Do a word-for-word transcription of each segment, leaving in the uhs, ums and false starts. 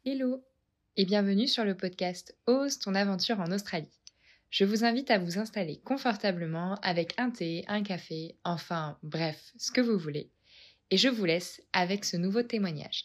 Hello et bienvenue sur le podcast Ose ton aventure en Australie. Je vous invite à vous installer confortablement avec un thé, un café, enfin bref, ce que vous voulez. Et je vous laisse avec ce nouveau témoignage.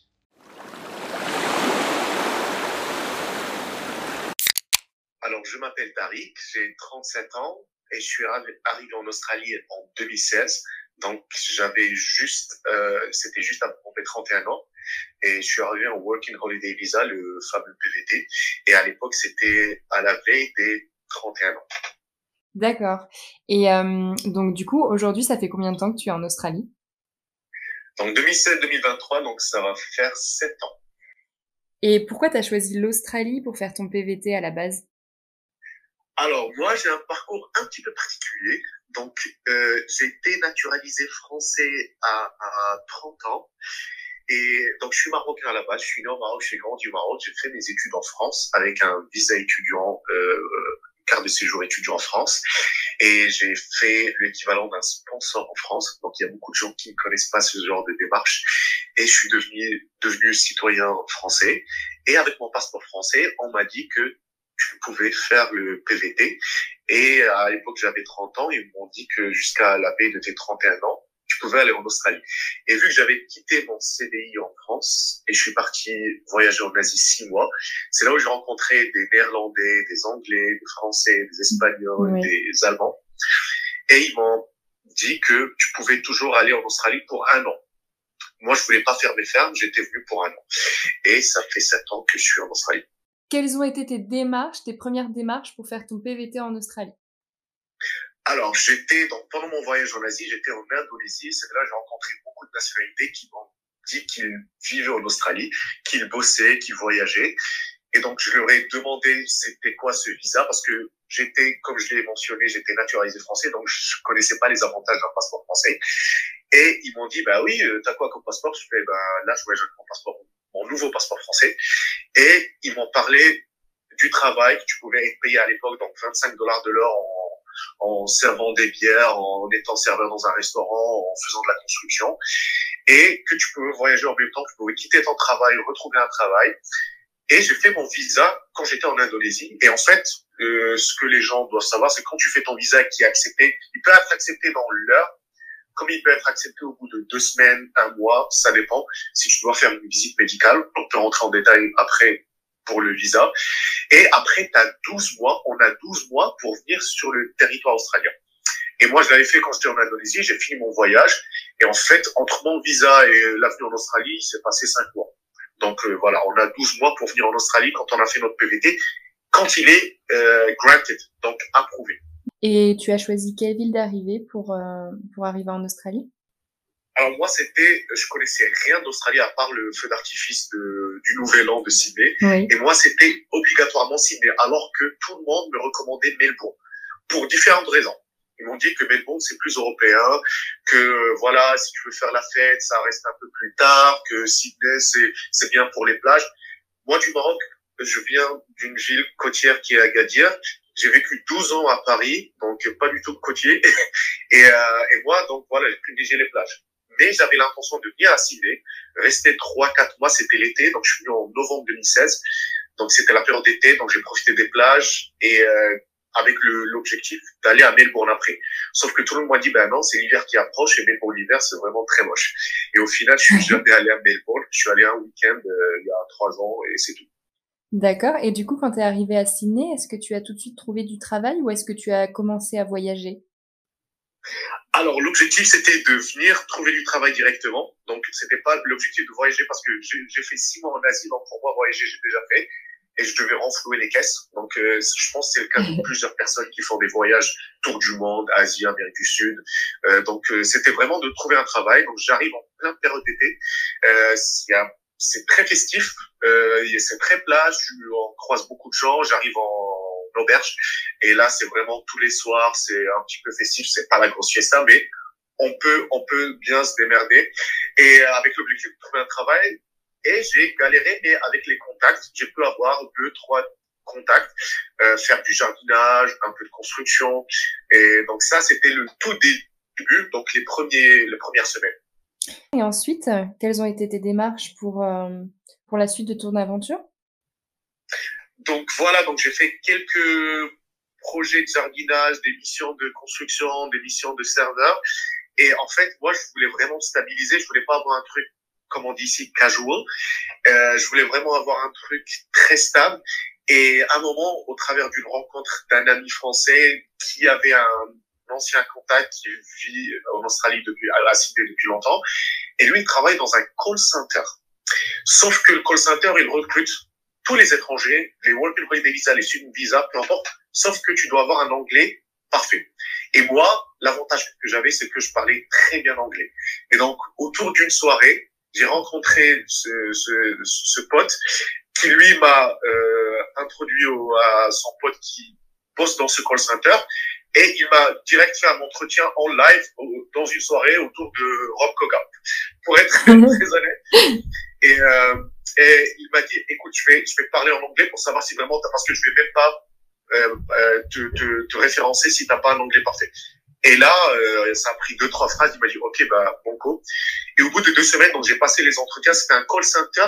Alors, je m'appelle Tariq, j'ai trente-sept ans et je suis arrivé en Australie en deux mille seize. Donc, j'avais juste, euh, c'était juste après mes trente et un ans. Et je suis arrivé en Working Holiday Visa, le fameux P V T. Et à l'époque, c'était à la veille des trente et un ans. D'accord. Et euh, donc du coup, aujourd'hui, ça fait combien de temps que tu es en Australie? Donc, deux mille seize deux mille vingt-trois, donc ça va faire sept ans. Et pourquoi tu as choisi l'Australie pour faire ton P V T à la base? Alors, moi, j'ai un parcours un petit peu particulier. Donc, euh, j'ai été naturalisé français à, à trente ans. Et donc, je suis marocain à la base. Je suis né au Maroc, j'ai grandi au Maroc. J'ai fait mes études en France avec un visa étudiant, euh, carte de séjour étudiant en France. Et j'ai fait l'équivalent d'un sponsor en France. Donc, il y a beaucoup de gens qui ne connaissent pas ce genre de démarche. Et je suis devenu, devenu citoyen français. Et avec mon passeport français, on m'a dit que je pouvais faire le P V T. Et à l'époque, j'avais trente ans. Ils m'ont dit que jusqu'à la paix de tes trente et un ans, je pouvais aller en Australie. Et vu que j'avais quitté mon C D I en France et je suis parti voyager en Asie six mois, c'est là où j'ai rencontré des Néerlandais, des Anglais, des Français, des Espagnols, Oui. des Allemands. Et ils m'ont dit que tu pouvais toujours aller en Australie pour un an. Moi, je voulais pas faire mes fermes, j'étais venu pour un an. Et ça fait sept ans que je suis en Australie. Quelles ont été tes démarches, tes premières démarches pour faire ton P V T en Australie? Alors, j'étais, donc, pendant mon voyage en Asie, j'étais en Indonésie. C'est là que j'ai rencontré beaucoup de nationalités qui m'ont dit qu'ils vivaient en Australie, qu'ils bossaient, qu'ils voyageaient. Et donc, je leur ai demandé c'était quoi ce visa parce que j'étais, comme je l'ai mentionné, j'étais naturalisé français, donc je connaissais pas les avantages d'un passeport français. Et ils m'ont dit, bah oui, t'as quoi comme passeport? Je fais, bah là, je voyage avec mon passeport, mon nouveau passeport français. Et ils m'ont parlé du travail que tu pouvais être payé à l'époque, donc vingt-cinq dollars de l'heure en en servant des bières, en étant serveur dans un restaurant, en faisant de la construction, et que tu pouvais voyager en même temps, tu pouvais quitter ton travail, retrouver un travail. Et j'ai fait mon visa quand j'étais en Indonésie. Et en fait, euh, ce que les gens doivent savoir, c'est quand tu fais ton visa qui est accepté, il peut être accepté dans l'heure, comme il peut être accepté au bout de deux semaines, un mois, ça dépend. Si tu dois faire une visite médicale, on peut rentrer en détail après pour le visa. Et après, tu as douze mois, on a douze mois pour venir sur le territoire australien. Et moi, je l'avais fait quand j'étais en Indonésie, j'ai fini mon voyage. Et en fait, entre mon visa et l'avenue en Australie, il s'est passé cinq mois. Donc euh, voilà, on a douze mois pour venir en Australie quand on a fait notre P V T, quand il est euh, granted, donc approuvé. Et tu as choisi quelle ville d'arrivée pour, euh, pour arriver en Australie? Alors moi, c'était, je connaissais rien d'Australie à part le feu d'artifice de, du Nouvel An de Sydney. Oui. Et moi, c'était obligatoirement Sydney, alors que tout le monde me recommandait Melbourne, pour différentes raisons. Ils m'ont dit que Melbourne, c'est plus européen, que voilà, si tu veux faire la fête, ça reste un peu plus tard, que Sydney, c'est, c'est bien pour les plages. Moi, du Maroc, je viens d'une ville côtière qui est Agadir. J'ai vécu douze ans à Paris, donc pas du tout côtier. Et, euh, et moi, donc voilà, j'ai privilégié les plages. Mais j'avais l'intention de venir à Sydney, rester trois, quatre mois, c'était l'été, donc je suis venu en novembre deux mille seize. Donc c'était la période d'été, donc j'ai profité des plages et euh, avec le, l'objectif d'aller à Melbourne après. Sauf que tout le monde m'a dit, ben non, c'est l'hiver qui approche et Melbourne l'hiver, c'est vraiment très moche. Et au final, je suis jamais allé à Melbourne. Je suis allé un week-end euh, il y a trois ans et c'est tout. D'accord. Et du coup, quand tu es arrivé à Sydney, est-ce que tu as tout de suite trouvé du travail ou est-ce que tu as commencé à voyager? Alors, l'objectif, c'était de venir trouver du travail directement. Donc, c'était pas l'objectif de voyager parce que j'ai, j'ai fait six mois en Asie. Donc, pour moi, voyager, j'ai déjà fait. Et je devais renflouer les caisses. Donc, euh, je pense que c'est le cas de plusieurs personnes qui font des voyages tour du monde, Asie, Amérique du Sud. Euh, donc, euh, c'était vraiment de trouver un travail. Donc, j'arrive en pleine période d'été. Euh, y a, c'est très festif. Euh, c'est très plage. On croise beaucoup de gens. J'arrive en auberge. Et là, c'est vraiment tous les soirs. C'est un petit peu festif. C'est pas la grosse fiesta, mais on peut, on peut bien se démerder. Et euh, avec l'objectif de trouver un travail, et j'ai galéré, mais avec les contacts, j'ai pu avoir deux, trois contacts, euh, faire du jardinage, un peu de construction. Et donc ça, c'était le tout début, donc les premiers, les premières semaines. Et ensuite, euh, quelles ont été tes démarches pour, euh, pour la suite de ton aventure? Donc voilà, donc j'ai fait quelques projets de jardinage, des missions de construction, des missions de serveur. Et en fait, moi, je voulais vraiment stabiliser. Je voulais pas avoir un truc, comme on dit ici, casual. Euh, je voulais vraiment avoir un truc très stable. Et à un moment, au travers d'une rencontre d'un ami français qui avait un ancien contact qui vit en Australie depuis, à Sydney depuis longtemps, et lui, il travaille dans un call center. Sauf que le call center, il recrute tous les étrangers, les Working Holiday Visa, les Student Visa, peu importe, sauf que tu dois avoir un anglais parfait. Et moi, l'avantage que j'avais, c'est que je parlais très bien anglais. Et donc, autour d'une soirée, j'ai rencontré ce, ce, ce pote qui, lui, m'a euh, introduit au, à son pote qui bosse dans ce call center. Et il m'a direct fait un entretien en live au, dans une soirée autour de Rob Koga, pour être très honnête. Et, euh, et il m'a dit, écoute, je vais, je vais parler en anglais pour savoir si vraiment, parce que je vais même pas euh, euh, te, te, te référencer si t'as pas un anglais parfait. Et là, euh, ça a pris deux, trois phrases. Il m'a dit, ok, bah, banco. Et au bout de deux semaines, donc j'ai passé les entretiens. C'était un call center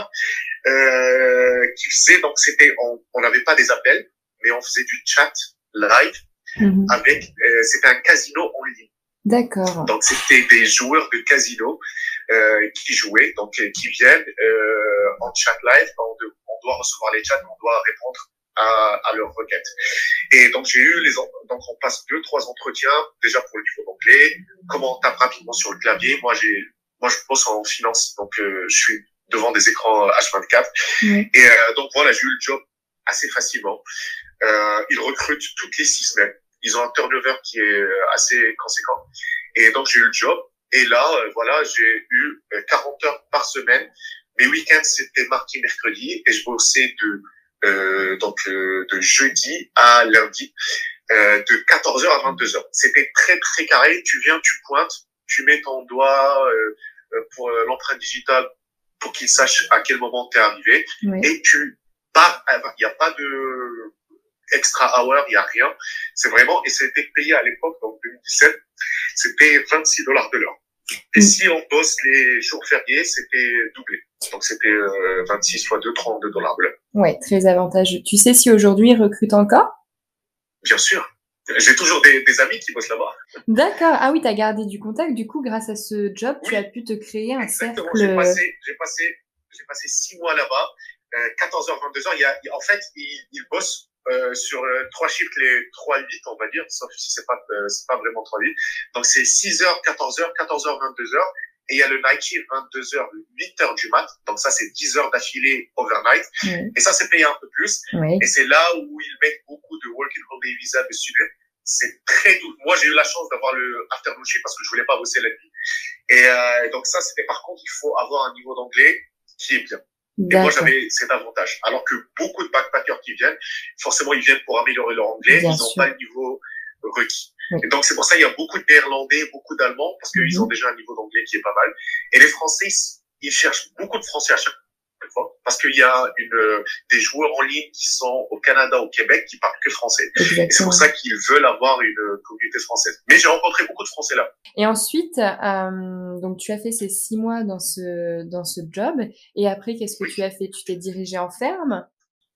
euh, qui faisait, donc c'était, on on n'avait pas des appels, mais on faisait du chat live mmh. avec, euh, c'était un casino en ligne. D'accord. Donc c'était des joueurs de casino euh, qui jouaient, donc qui viennent euh, en chat live. On, de, on doit recevoir les chats, on doit répondre à, à leurs requêtes. Et donc j'ai eu les, donc on passe deux, trois entretiens déjà pour le niveau d'anglais. Comment on tape rapidement sur le clavier. Moi j'ai, moi je bosse en finance, donc euh, je suis devant des écrans H vingt-quatre. Oui. Et euh, donc voilà, j'ai eu le job assez facilement. Euh, ils recrutent toutes les six semaines. Ils ont un turnover qui est assez conséquent. Et donc, j'ai eu le job. Et là, euh, voilà, j'ai eu quarante heures par semaine. Mes week-ends, c'était mardi, mercredi. Et je bossais de, euh, donc, euh, de jeudi à lundi, euh, de quatorze heures à vingt-deux heures. C'était très, très carré. Tu viens, tu pointes, tu mets ton doigt euh, pour l'empreinte digitale pour qu'il sache à quel moment t'es arrivé. Oui. Et tu pars. Il n'y a pas de extra hour, il n'y a rien. C'est vraiment, et c'était payé à l'époque, donc deux mille dix-sept, c'était vingt-six dollars de l'heure. Et mmh. si on bosse les jours fériés, c'était doublé. Donc c'était euh, vingt-six fois deux, trente-deux dollars de l'heure. Ouais, très avantageux. Tu sais si aujourd'hui ils recrutent encore? Bien sûr. J'ai toujours des, des amis qui bossent là-bas. D'accord. Ah oui, tu as gardé du contact. Du coup, grâce à ce job, oui. tu as pu te créer un Exactement. cercle. J'ai passé, j'ai passé, j'ai passé six mois là-bas, euh, quatorze heures, vingt-deux heures. Il y a, en fait, ils, ils bossent Euh, sur euh, trois chiffres, les trois huit, on va dire, sauf si c'est pas, euh, c'est pas vraiment trois huit. Donc, c'est six heures, quatorze heures, quatorze heures, vingt-deux heures. Et il y a le night shift, vingt-deux heures, huit heures du mat. Donc, ça, c'est dix heures d'affilée overnight. Oui. Et ça, c'est payé un peu plus. Oui. Et c'est là où ils mettent beaucoup de working holiday visa de students. C'est très doux. Moi, j'ai eu la chance d'avoir le afternoon shift parce que je voulais pas bosser la nuit. Et euh, donc, ça, c'était par contre, il faut avoir un niveau d'anglais qui est bien. Et moi, j'avais cet avantage. Alors que beaucoup de backpackers qui viennent, forcément, ils viennent pour améliorer leur anglais. Bien ils n'ont pas le niveau requis. Oui. Et donc, c'est pour ça qu'il y a beaucoup de Néerlandais, beaucoup d'Allemands, parce qu'ils mm-hmm. ont déjà un niveau d'anglais qui est pas mal. Et les Français, ils cherchent beaucoup de Français à chaque fois, parce qu'il y a une, des joueurs en ligne qui sont au Canada, au Québec, qui parlent que français. Exactement. Et c'est pour ça qu'ils veulent avoir une communauté française. Mais j'ai rencontré beaucoup de Français là. Et ensuite, euh, donc tu as fait ces six mois dans ce dans ce job. Et après, qu'est-ce que oui. tu as fait? Tu t'es dirigé en ferme?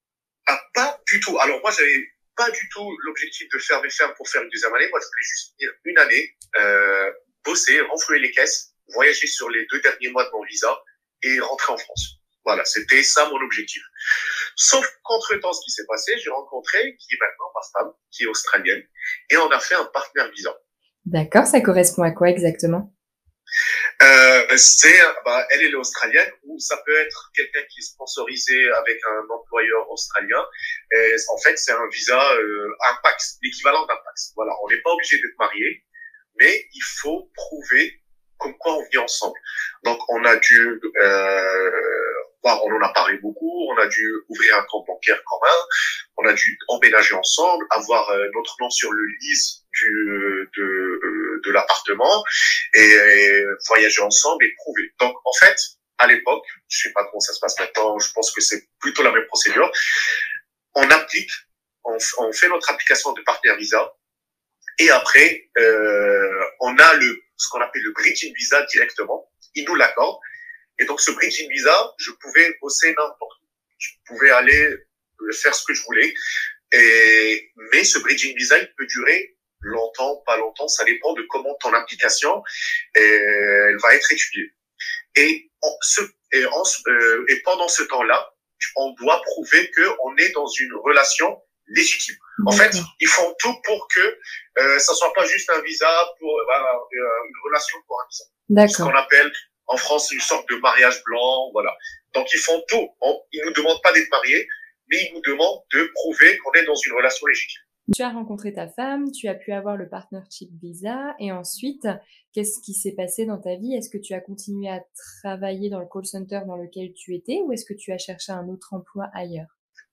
Ah, pas du tout. Alors moi, j'avais pas du tout l'objectif de faire mes fermes pour faire une deuxième année. Moi, je voulais juste venir une année, euh, bosser, renflouer les caisses, voyager sur les deux derniers mois de mon visa et rentrer en France. Voilà, c'était ça mon objectif. Sauf qu'entre-temps, ce qui s'est passé, j'ai rencontré, qui est maintenant ma femme, qui est australienne, et on a fait un partenaire visa. D'accord, ça correspond à quoi exactement? euh, c'est, bah, elle, elle est australienne, ou ça peut être quelqu'un qui est sponsorisé avec un employeur australien. Et en fait, c'est un visa, euh, un PAX, l'équivalent d'un PAX. Voilà, on n'est pas obligé d'être marié, mais il faut prouver comme quoi on vit ensemble. Donc, on a dû, euh, voir, on en a parlé beaucoup, on a dû ouvrir un compte bancaire commun, on a dû emménager ensemble, avoir euh, notre nom sur le lease du, de, euh, de l'appartement et, et voyager ensemble et prouver. Donc, en fait, à l'époque, je sais pas comment ça se passe maintenant, je pense que c'est plutôt la même procédure. On applique, on, on fait notre application de partenaire visa et après, euh, on a le ce qu'on appelle le bridging visa directement. Ils nous l'accordent. Et donc, ce bridging visa, je pouvais bosser n'importe où. Je pouvais aller faire ce que je voulais. Et, mais ce bridging visa, il peut durer longtemps, pas longtemps, ça dépend de comment ton application et, elle va être étudiée. Et, en ce, et, en, euh, et pendant ce temps-là, on doit prouver qu'on est dans une relation légitime. En fait, ils font tout pour que euh, ça soit pas juste un visa pour euh, une relation pour un visa. D'accord. Ce qu'on appelle en France une sorte de mariage blanc, voilà. Donc ils font tout. On, ils nous demandent pas d'être mariés, mais ils nous demandent de prouver qu'on est dans une relation légitime. Tu as rencontré ta femme, tu as pu avoir le partnership visa, et ensuite, qu'est-ce qui s'est passé dans ta vie? Est-ce que tu as continué à travailler dans le call center dans lequel tu étais, ou est-ce que tu as cherché un autre emploi ailleurs?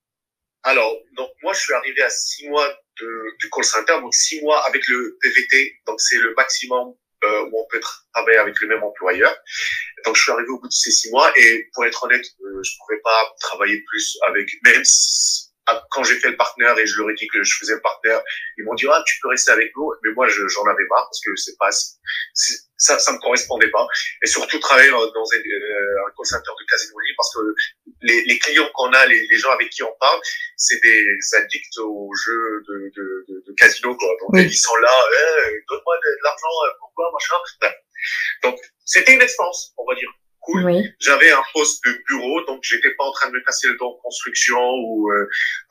Alors, donc moi, je suis arrivé à six mois de, du call center, donc six mois avec le P V T, donc c'est le maximum euh, où on peut travailler avec le même employeur. Donc, je suis arrivé au bout de ces six mois, et pour être honnête, euh, je pouvais pas travailler plus avec, même si, quand j'ai fait le partenaire et je leur ai dit que je faisais le partenaire, ils m'ont dit, ah, tu peux rester avec nous. Mais moi, je, j'en avais marre parce que c'est pas, c'est, ça, ça me correspondait pas. Et surtout, travailler dans un, un call center de casino libre parce que les, les clients qu'on a, les, les gens avec qui on parle, c'est des addicts aux jeux de, de, de, de casino, quoi. Donc, oui. Ils sont là, eh, donne-moi de, de l'argent, pourquoi, machin. Donc, c'était une expérience, on va dire. Cool. Oui. J'avais un poste de bureau, donc j'étais pas en train de me casser le dos en construction ou euh,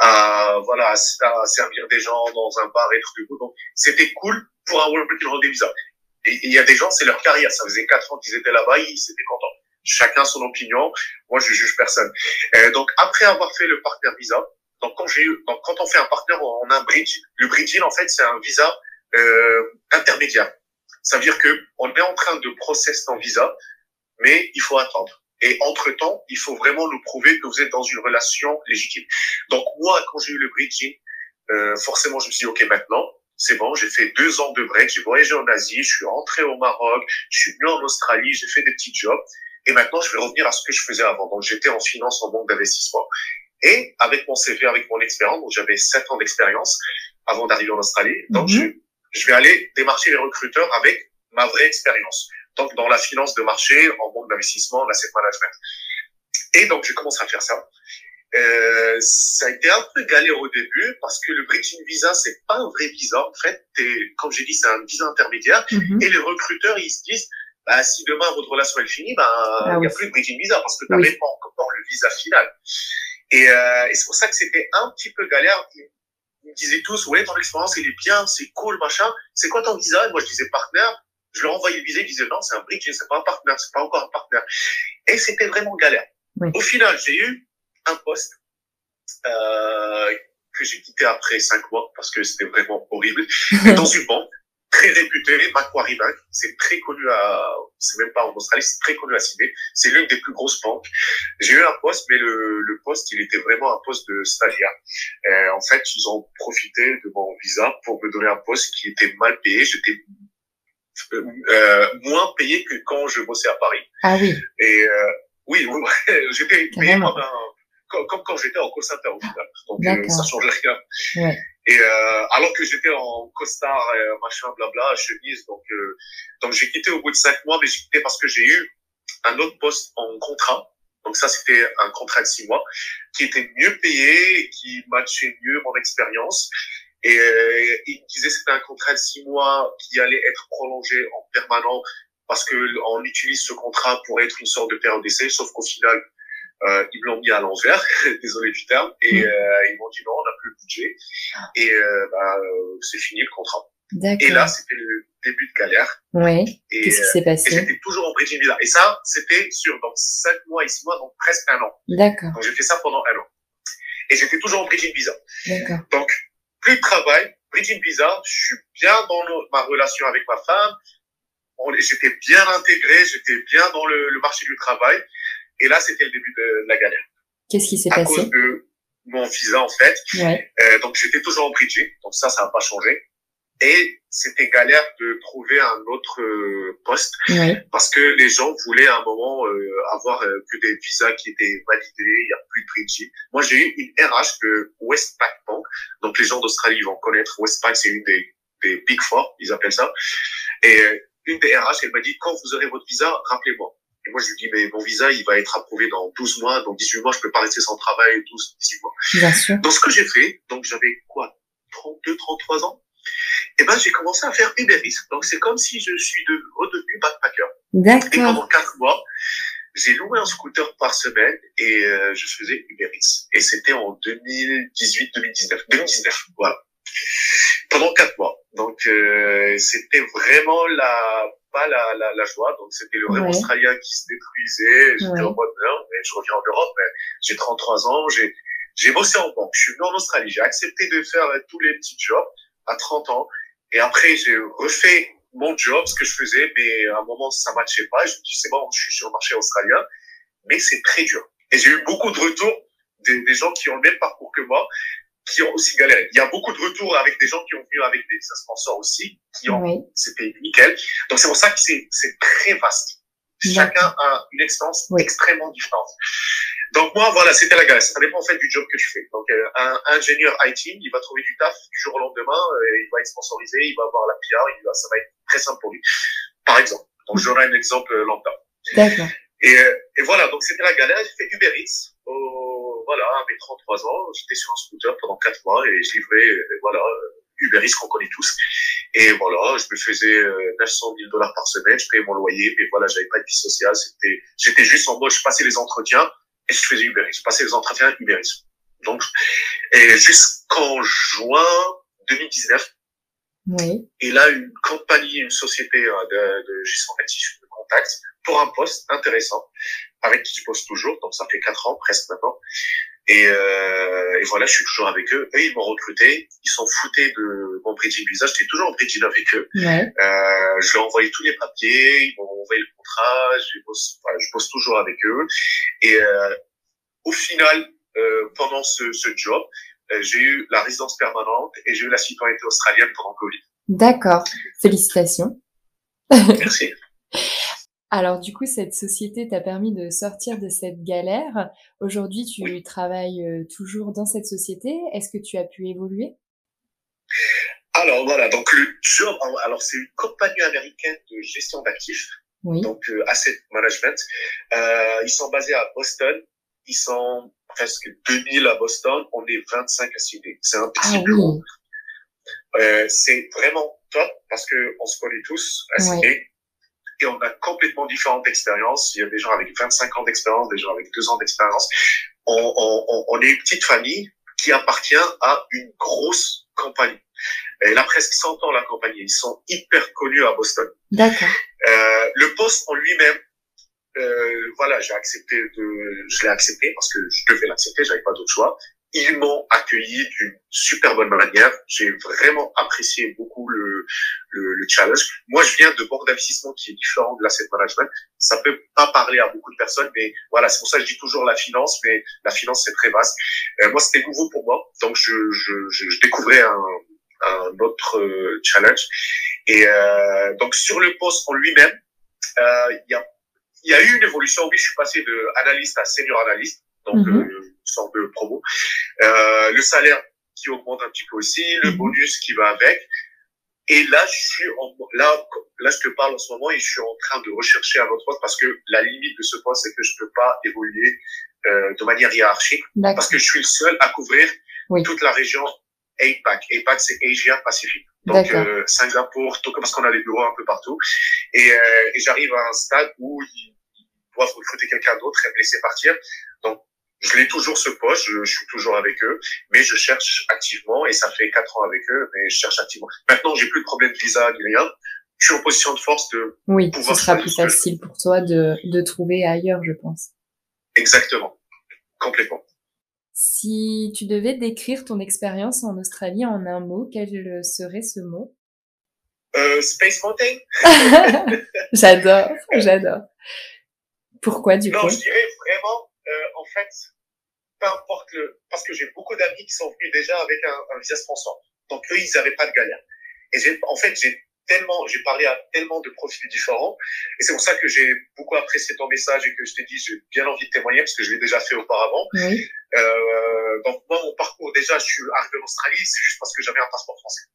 à voilà à, à servir des gens dans un bar et être debout. Donc c'était cool pour un working holiday visa. Et il y a des gens, c'est leur carrière. Ça faisait quatre ans qu'ils étaient là-bas, ils étaient contents. Chacun son opinion. Moi, je juge personne. Euh, donc après avoir fait le partner visa, donc quand j'ai eu, donc quand on fait un partner, on a un bridge. Le bridging, en fait, c'est un visa euh, intermédiaire. Ça veut dire que on est en train de process ton visa, mais il faut attendre. Et entre-temps, il faut vraiment nous prouver que vous êtes dans une relation légitime. Donc moi, quand j'ai eu le bridging, euh, forcément, je me suis dit, OK, maintenant, c'est bon, j'ai fait deux ans de break, j'ai voyagé en Asie, je suis rentré au Maroc, je suis venu en Australie, j'ai fait des petits jobs, et maintenant, je vais revenir à ce que je faisais avant. Donc j'étais en finance, en banque d'investissement. Et avec mon C V, avec mon expérience, donc j'avais sept ans d'expérience avant d'arriver en Australie, donc mm-hmm. je, je vais aller démarcher les recruteurs avec ma vraie expérience. Donc, dans la finance de marché, en banque d'investissement, en asset management. Et donc, j'ai commencé à faire ça. Euh, ça a été un peu galère au début parce que le bridging visa, c'est pas un vrai visa. En fait, comme j'ai dit, c'est un visa intermédiaère. Mm-hmm. Et les recruteurs, ils se disent, bah, si demain votre relation est finie, bah, il ah, n'y a oui. plus de bridging visa parce que tu n'avais oui. pas encore le visa final. Et, euh, et c'est pour ça que c'était un petit peu galère. Ils, ils me disaient tous, ouais, ton expérience, elle est bien, c'est cool, machin. C'est quoi ton visa? Et moi, je disais partenaire. Je leur envoyais le visa, ils disaient non, c'est un bridge, c'est pas un partenaire, c'est pas encore un partenaire. Et c'était vraiment galère. Oui. Au final, j'ai eu un poste euh, que j'ai quitté après cinq mois parce que c'était vraiment horrible. Dans une banque très réputée, Macquarie Bank, c'est très connu à, c'est même pas en Australie, c'est très connu à Sydney. C'est l'une des plus grosses banques. J'ai eu un poste, mais le, le poste, il était vraiment un poste de stagiaire. Et en fait, ils ont profité de mon visa pour me donner un poste qui était mal payé. J'étais Euh, moins payé que quand je bossais à Paris. Ah oui. Et euh, oui, oui j'étais payé comme, un, comme, comme quand j'étais en call center au final. Donc euh, ça change rien. Ouais. Et euh, alors que j'étais en costard, euh, machin, blabla, chemise. Donc euh, donc j'ai quitté au bout de cinq mois, mais j'ai quitté parce que j'ai eu un autre poste en contrat. Donc ça, c'était un contrat de six mois qui était mieux payé, qui matchait mieux mon expérience. Et euh, il me disait que c'était un contrat de six mois qui allait être prolongé en permanent parce que on utilise ce contrat pour être une sorte de période d'essai, sauf qu'au final, euh, ils l'ont mis à l'envers, désolé du terme, et mmh. euh, ils m'ont dit non, on n'a plus le budget, et euh, bah, euh, c'est fini le contrat. D'accord. Et là, c'était le début de galère. Oui. Qu'est-ce qui s'est passé? Et j'étais toujours en bridging visa. Et ça, c'était sur donc cinq mois et six mois, donc presque un an. D'accord. Donc j'ai fait ça pendant un an. Et j'étais toujours en bridging visa. D'accord. Donc plus de travail, bridging visa, je suis bien dans le, ma relation avec ma femme, on, j'étais bien intégré, j'étais bien dans le, le marché du travail, et là c'était le début de, de la galère. Qu'est-ce qui s'est à passé? À cause de mon visa en fait, ouais. euh, donc j'étais toujours en bridging, donc ça, ça n'a pas changé, et c'était galère de trouver un autre euh, poste, ouais. parce que les gens voulaient à un moment euh, avoir euh, que des visas qui étaient validés, il n'y a plus de bridging. Moi j'ai eu une R H de Westpac Bank, donc les gens d'Australie vont connaître, Westpac c'est une des, des Big Four, ils appellent ça, et euh, une des R H, elle m'a dit quand vous aurez votre visa, rappelez-moi. Et moi, je lui dis, mais mon visa, il va être approuvé dans douze mois, dans dix-huit mois, je peux pas rester sans travail, douze, dix-huit mois. Bien sûr. Donc, ce que j'ai fait, donc j'avais quoi, trente-deux, trente-trois ans, et ben, j'ai commencé à faire Uber Eats. Donc, c'est comme si je suis de, redevenu backpacker. D'accord. Et pendant quatre mois, j'ai loué un scooter par semaine et euh, je faisais Uber Eats. Et c'était en deux mille dix-huit, deux mille dix-neuf, deux mille dix-neuf, voilà. Pendant quatre mois. Donc, euh, c'était vraiment la, pas la, la, la joie. Donc, c'était le rêve Ouais. australien qui se détruisait. J'étais Ouais. en mode, non, mais je reviens en Europe, mais j'ai trente-trois ans, j'ai, j'ai bossé en banque. Je suis venu en Australie. J'ai accepté de faire euh, tous les petits jobs à trente ans. Et après, j'ai refait mon job, ce que je faisais, mais à un moment, ça matchait pas. Je me dis, c'est bon, je suis sur le marché australien, mais c'est très dur. Et j'ai eu beaucoup de retours des, des gens qui ont le même parcours que moi, qui ont aussi galéré. Il y a beaucoup de retours avec des gens qui ont venu avec des sponsors aussi, qui ont, Oui. c'était nickel. Donc c'est pour ça que c'est, c'est très vaste. Chacun a une expérience Oui. extrêmement différente. Donc moi, voilà, c'était la galère. Ça dépend en fait du job que tu fais. Donc euh, un, un ingénieur I T, il va trouver du taf du jour au lendemain, euh, il va être sponsorisé, il va avoir la P R, il va, ça va être très simple pour lui. Par exemple. Donc je donne un exemple euh, lambda. D'accord. Et, euh, et voilà, donc c'était la galère. J'ai fait Uber Eats. Oh, voilà, à mes trente-trois ans, j'étais sur un scooter pendant quatre mois et je livrais, euh, voilà, Uber Eats qu'on connaît tous. Et voilà, je me faisais euh, neuf cent mille dollars par semaine, je payais mon loyer, mais voilà, j'avais pas de vie sociale. C'était, j'étais juste en mode, je passais les entretiens et je faisais Uber Eats. Je passais les entretiens Uber Eats. Donc, et jusqu'en juin deux mille dix-neuf. Oui. Et là, une compagnie, une société de, de gestion d'actifs me contacte pour un poste intéressant, avec qui je bosse toujours, donc ça fait quatre ans presque maintenant. Et, euh, et voilà, je suis toujours avec eux. Eux, ils m'ont recruté, ils s'en foutaient de mon bridging visa, j'étais toujours en bridging avec eux. Ouais. Euh, je leur ai envoyé tous les papiers, ils m'ont envoyé le contrat, je bosse, enfin, je bosse toujours avec eux. Et euh, au final, euh, pendant ce, ce job, euh, j'ai eu la résidence permanente et j'ai eu la citoyenneté australienne pendant Covid. D'accord. Félicitations. Merci. Alors du coup, cette société t'a permis de sortir de cette galère. Aujourd'hui, tu Oui. travailles euh, toujours dans cette société. Est-ce que tu as pu évoluer? Alors voilà, donc le job, alors c'est une compagnie américaine de gestion d'actifs, Oui. donc euh, asset management. Euh, ils sont basés à Boston. Ils sont presque deux mille à Boston. On est vingt-cinq à Sydney. C'est un petit Ah bureau. oui. Euh, c'est vraiment top parce que on se connaît tous à Sydney. Ouais. Et on a complètement différentes expériences. Il y a des gens avec vingt-cinq ans d'expérience, des gens avec deux ans d'expérience. On, on, on est une petite famille qui appartient à une grosse compagnie. Elle a presque cent ans, la compagnie. Ils sont hyper connus à Boston. D'accord. Euh, le poste en lui-même, euh, voilà, j'ai accepté de, je l'ai accepté parce que je devais l'accepter, j'avais pas d'autre choix. Ils m'ont accueilli d'une super bonne manière. J'ai vraiment apprécié beaucoup le, le, le challenge. Moi, je viens de banque d'investissement qui est différent de l'asset management. Ça peut pas parler à beaucoup de personnes, mais voilà, c'est pour ça que je dis toujours la finance, mais la finance, c'est très vaste. Euh, moi, c'était nouveau pour moi. Donc, je, je, je, je découvrais un, un autre euh, challenge. Et euh, donc, sur le poste en lui-même, euh, il y a, il y a eu une évolution. Oui, je suis passé de analyste à senior analyste. Donc, Mhm. euh, une sorte de promo. Euh, le salaire qui augmente un petit peu aussi, le Mhm. bonus qui va avec. Et là, je suis en, là, là, je te parle en ce moment et je suis en train de rechercher un autre poste parce que la limite de ce poste, c'est que je peux pas évoluer euh, de manière hiérarchique D'accord. parce que je suis le seul à couvrir Oui. toute la région A P A C. A P A C, c'est Asia Pacific. Donc, D'accord. euh, Singapour, Tokyo, parce qu'on a des bureaux un peu partout. Et, euh, et j'arrive à un stade où ils doivent recruter quelqu'un d'autre et me laisser partir. Donc, je l'ai toujours ce poste, je, je suis toujours avec eux, mais je cherche activement et ça fait quatre ans avec eux, mais je cherche activement. Maintenant, j'ai plus de problème de visa ni rien. Je suis en position de force de Oui, ce pouvoir sera choisir plus ce que je veux. facile pour toi de, de trouver ailleurs, je pense. Exactement. Complètement. Si tu devais décrire ton expérience en Australie en un mot, quel serait ce mot? Euh, Space Mountain? J'adore, j'adore. Pourquoi du Non, coup? je dirais vraiment, euh, en fait, peu importe le, parce que j'ai beaucoup d'amis qui sont venus déjà avec un, un visa sponsor. Donc eux, ils n'avaient pas de galère. Et j'ai, en fait, j'ai tellement, j'ai parlé à tellement de profils différents. Et c'est pour ça que j'ai beaucoup apprécié ton message et que je t'ai dit, j'ai bien envie de témoigner parce que je l'ai déjà fait auparavant. Oui. Euh, donc moi, mon parcours, déjà, je suis arrivé en Australie, c'est juste parce que j'avais un passeport français.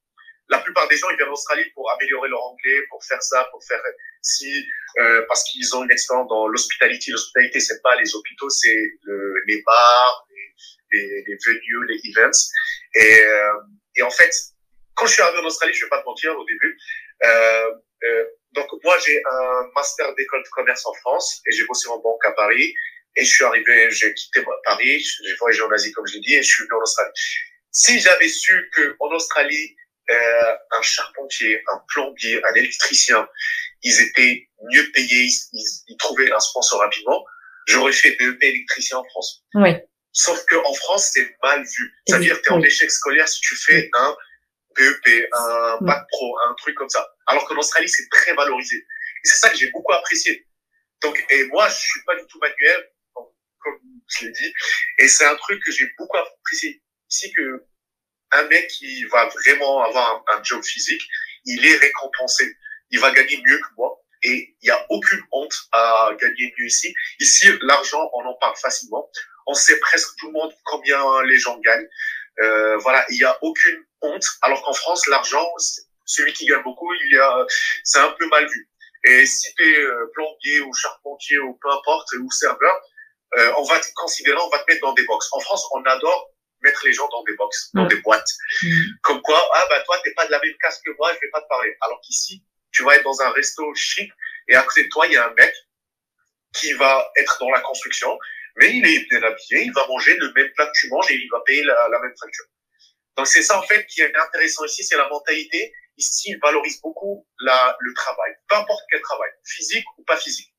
la plupart des gens, ils viennent en Australie pour améliorer leur anglais, pour faire ça, pour faire si, euh, parce qu'ils ont une expérience dans l'hospitality. L'hospitality, c'est pas les hôpitaux, c'est le, les bars, les, les, les venues, les events. Et, euh, et en fait, quand je suis arrivé en Australie, je vais pas te mentir au début, euh, euh, donc moi j'ai un master d'école de commerce en France et j'ai bossé en banque à Paris. Et je suis arrivé, j'ai quitté Paris, j'ai voyagé en Asie comme je l'ai dit, et je suis venu en Australie. Si j'avais su que en Australie, euh, un charpentier, un plombier, un électricien, ils étaient mieux payés, ils, ils, ils trouvaient un sponsor rapidement, j'aurais fait B E P électricien en France. Oui. Sauf que en France, c'est mal vu. C'est-à-dire que tu es en échec scolaire si tu fais un B E P, un bac pro, un truc comme ça. Alors qu'en Australie, c'est très valorisé. Et c'est ça que j'ai beaucoup apprécié. Donc, et moi, je suis pas du tout manuel, comme je l'ai dit. Et c'est un truc que j'ai beaucoup apprécié ici, que un mec qui va vraiment avoir un, un job physique, il est récompensé. Il va gagner mieux que moi. Et il n'y a aucune honte à gagner mieux ici. Ici, l'argent, on en parle facilement. On sait presque tout le monde combien les gens gagnent. Euh, voilà, il n'y a aucune honte. Alors qu'en France, l'argent, celui qui gagne beaucoup, il y a, c'est un peu mal vu. Et si tu es plombier ou charpentier ou peu importe, ou serveur, euh, on va te considérer, on va te mettre dans des box. En France, on adore mettre les gens dans des box, dans mmh. des boîtes. Mmh. Comme quoi, ah bah toi, t'es pas de la même caste que moi, je vais pas te parler. Alors qu'ici, tu vas être dans un resto chic et à côté de toi, il y a un mec qui va être dans la construction, mais il est bien habillé, il va manger le même plat que tu manges et il va payer la, la même facture. Donc c'est ça en fait qui est intéressant ici, c'est la mentalité. Ici, ils valorisent beaucoup la, le travail, peu importe quel travail, physique ou pas physique.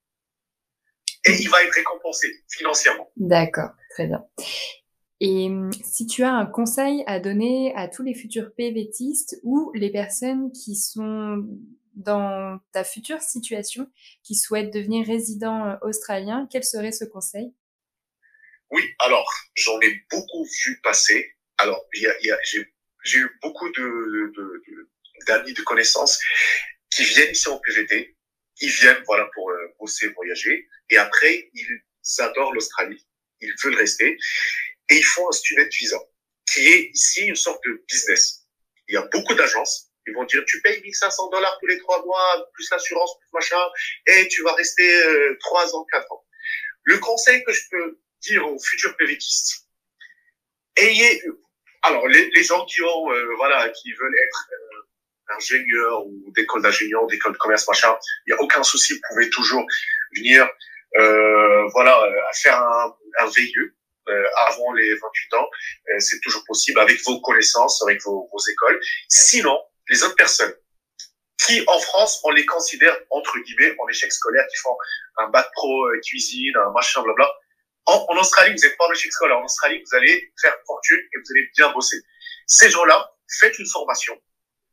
Et il va être récompensé financièrement. D'accord, très bien. Et si tu as un conseil à donner à tous les futurs PVTistes ou les personnes qui sont dans ta future situation, qui souhaitent devenir résidents australiens, quel serait ce conseil? Oui, alors, j'en ai beaucoup vu passer. Alors, il y a, il y a, j'ai, j'ai eu beaucoup de, de, de, d'amis, de connaissances qui viennent ici en P V T. Ils viennent, voilà, pour euh, bosser, voyager. Et après, ils adorent l'Australie. Ils veulent rester. Et ils font un student visa, qui est ici une sorte de business. Il y a beaucoup d'agences. Ils vont dire, tu payes mille cinq cents dollars tous les trois mois, plus l'assurance, plus machin, et tu vas rester euh, trois ans, quatre ans. Le conseil que je peux dire aux futurs PVTistes, ayez, alors les, les gens qui ont, euh, voilà, qui veulent être euh, ingénieurs ou d'école d'ingénieurs, d'école de commerce, machin, il n'y a aucun souci, vous pouvez toujours venir, euh, voilà, euh, faire un, un V I E. Euh, avant les vingt-huit ans, euh, c'est toujours possible avec vos connaissances, avec vos, vos écoles. Sinon, les autres personnes qui, en France, on les considère, entre guillemets, en échec scolaire, qui font un bac pro euh, cuisine, un machin, blabla. En, en Australie, vous n'êtes pas en échec scolaire. En Australie, vous allez faire fortune et vous allez bien bosser. Ces gens-là, faites une formation.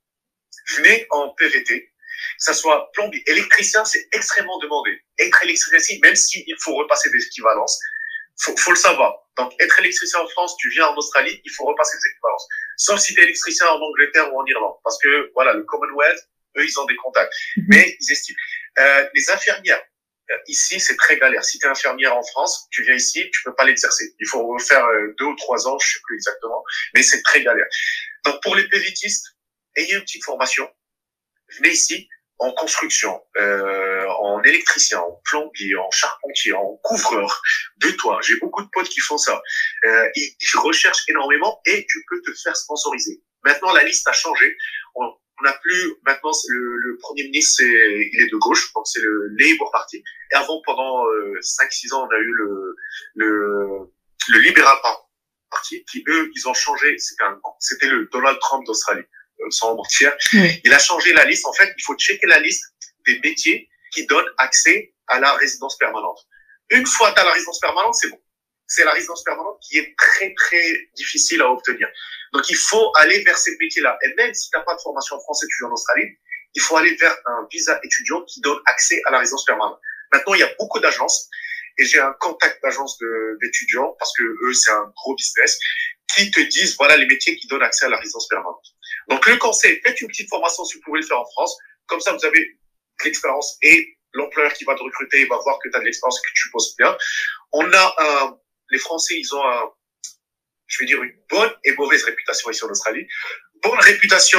Venez en P V T, que ça soit plombier. Électricien, c'est extrêmement demandé. Être électricien, même s'il faut repasser des équivalences, Faut, faut le savoir. Donc, être électricien en France, tu viens en Australie, il faut repasser des équivalences. Sauf si tu es électricien en Angleterre ou en Irlande. Parce que, voilà, le Commonwealth, eux, ils ont des contacts. Mais ils estiment. Euh, les infirmières, euh, ici, c'est très galère. Si tu es infirmière en France, tu viens ici, tu peux pas l'exercer. Il faut faire euh, deux ou trois ans, je sais plus exactement. Mais c'est très galère. Donc, pour les PVTistes, ayez une petite formation. Venez ici. En construction, euh, en électricien, en plombier, en charpentier, en couvreur de toit. J'ai beaucoup de potes qui font ça. Euh, ils, ils recherchent énormément et tu peux te faire sponsoriser. Maintenant, la liste a changé. On n'a plus, maintenant, le, le premier ministre, c'est, il est de gauche, donc c'est le Labour Party. Et avant, pendant euh, cinq six ans, on a eu le, le, le Liberal Party, qui eux, ils ont changé. C'était, un, c'était le Donald Trump d'Australie. Sans mentir. Oui. Il a changé la liste. En fait, il faut checker la liste des métiers qui donnent accès à la résidence permanente. Une fois que tu as la résidence permanente, c'est bon. C'est la résidence permanente qui est très, très difficile à obtenir. Donc, il faut aller vers ces métiers-là. Et même si tu n'as pas de formation en France et tu vis en Australie, il faut aller vers un visa étudiant qui donne accès à la résidence permanente. Maintenant, il y a beaucoup d'agences et j'ai un contact d'agence de, d'étudiants parce que eux, c'est un gros business qui te disent, voilà les métiers qui donnent accès à la résidence permanente. Donc, le conseil, faites une petite formation si vous pouvez le faire en France. Comme ça, vous avez de l'expérience et l'employeur qui va te recruter, il va voir que tu as de l'expérience et que tu bosses bien. On a un, les Français, ils ont un, je vais dire une bonne et mauvaise réputation ici en Australie. Bonne réputation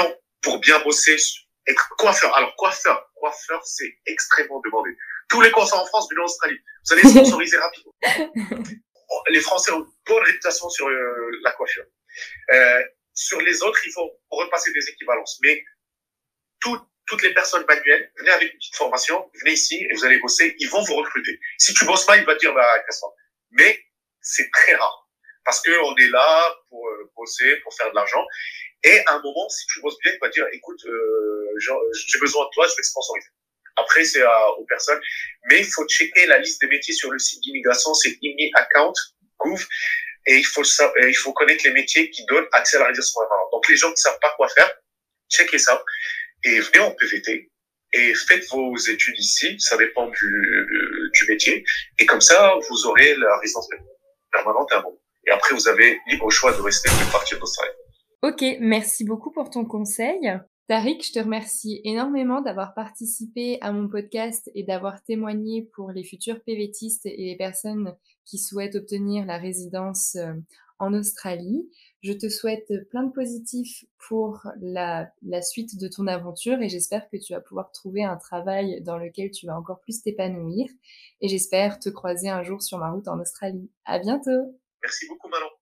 pour bien bosser, être coiffeur. Alors, coiffeur, coiffeur, c'est extrêmement demandé. Tous les coiffeurs en France viennent en Australie. Vous allez sponsoriser rapidement. Les Français ont une bonne réputation sur euh, la coiffure. Euh, sur les autres, il faut repasser des équivalences. Mais tout, toutes les personnes manuelles, venez avec une petite formation, venez ici et vous allez bosser, ils vont vous recruter. Si tu bosses pas, il va te dire, bah, casse-toi. Mais c'est très rare. Parce que on est là pour euh, bosser, pour faire de l'argent. Et à un moment, si tu bosses bien, il va te dire, écoute, euh, j'ai besoin de toi, je vais te sponsoriser. Après, c'est à, aux personnes. Mais il faut checker la liste des métiers sur le site d'immigration, c'est immi account point gouv. Et il faut, il faut connaître les métiers qui donnent accès à la résidence permanente. Donc, les gens qui savent pas quoi faire, checkez ça. Et venez en P V T. Et faites vos études ici. Ça dépend du, du métier. Et comme ça, vous aurez la résidence permanente à un moment. Et après, vous avez libre choix de rester ou de partir d'Australie. Ok, merci beaucoup pour ton conseil. Tariq, je te remercie énormément d'avoir participé à mon podcast et d'avoir témoigné pour les futurs PVTistes et les personnes qui souhaitent obtenir la résidence en Australie. Je te souhaite plein de positifs pour la, la suite de ton aventure et j'espère que tu vas pouvoir trouver un travail dans lequel tu vas encore plus t'épanouir et j'espère te croiser un jour sur ma route en Australie. À bientôt! Merci beaucoup, Manon.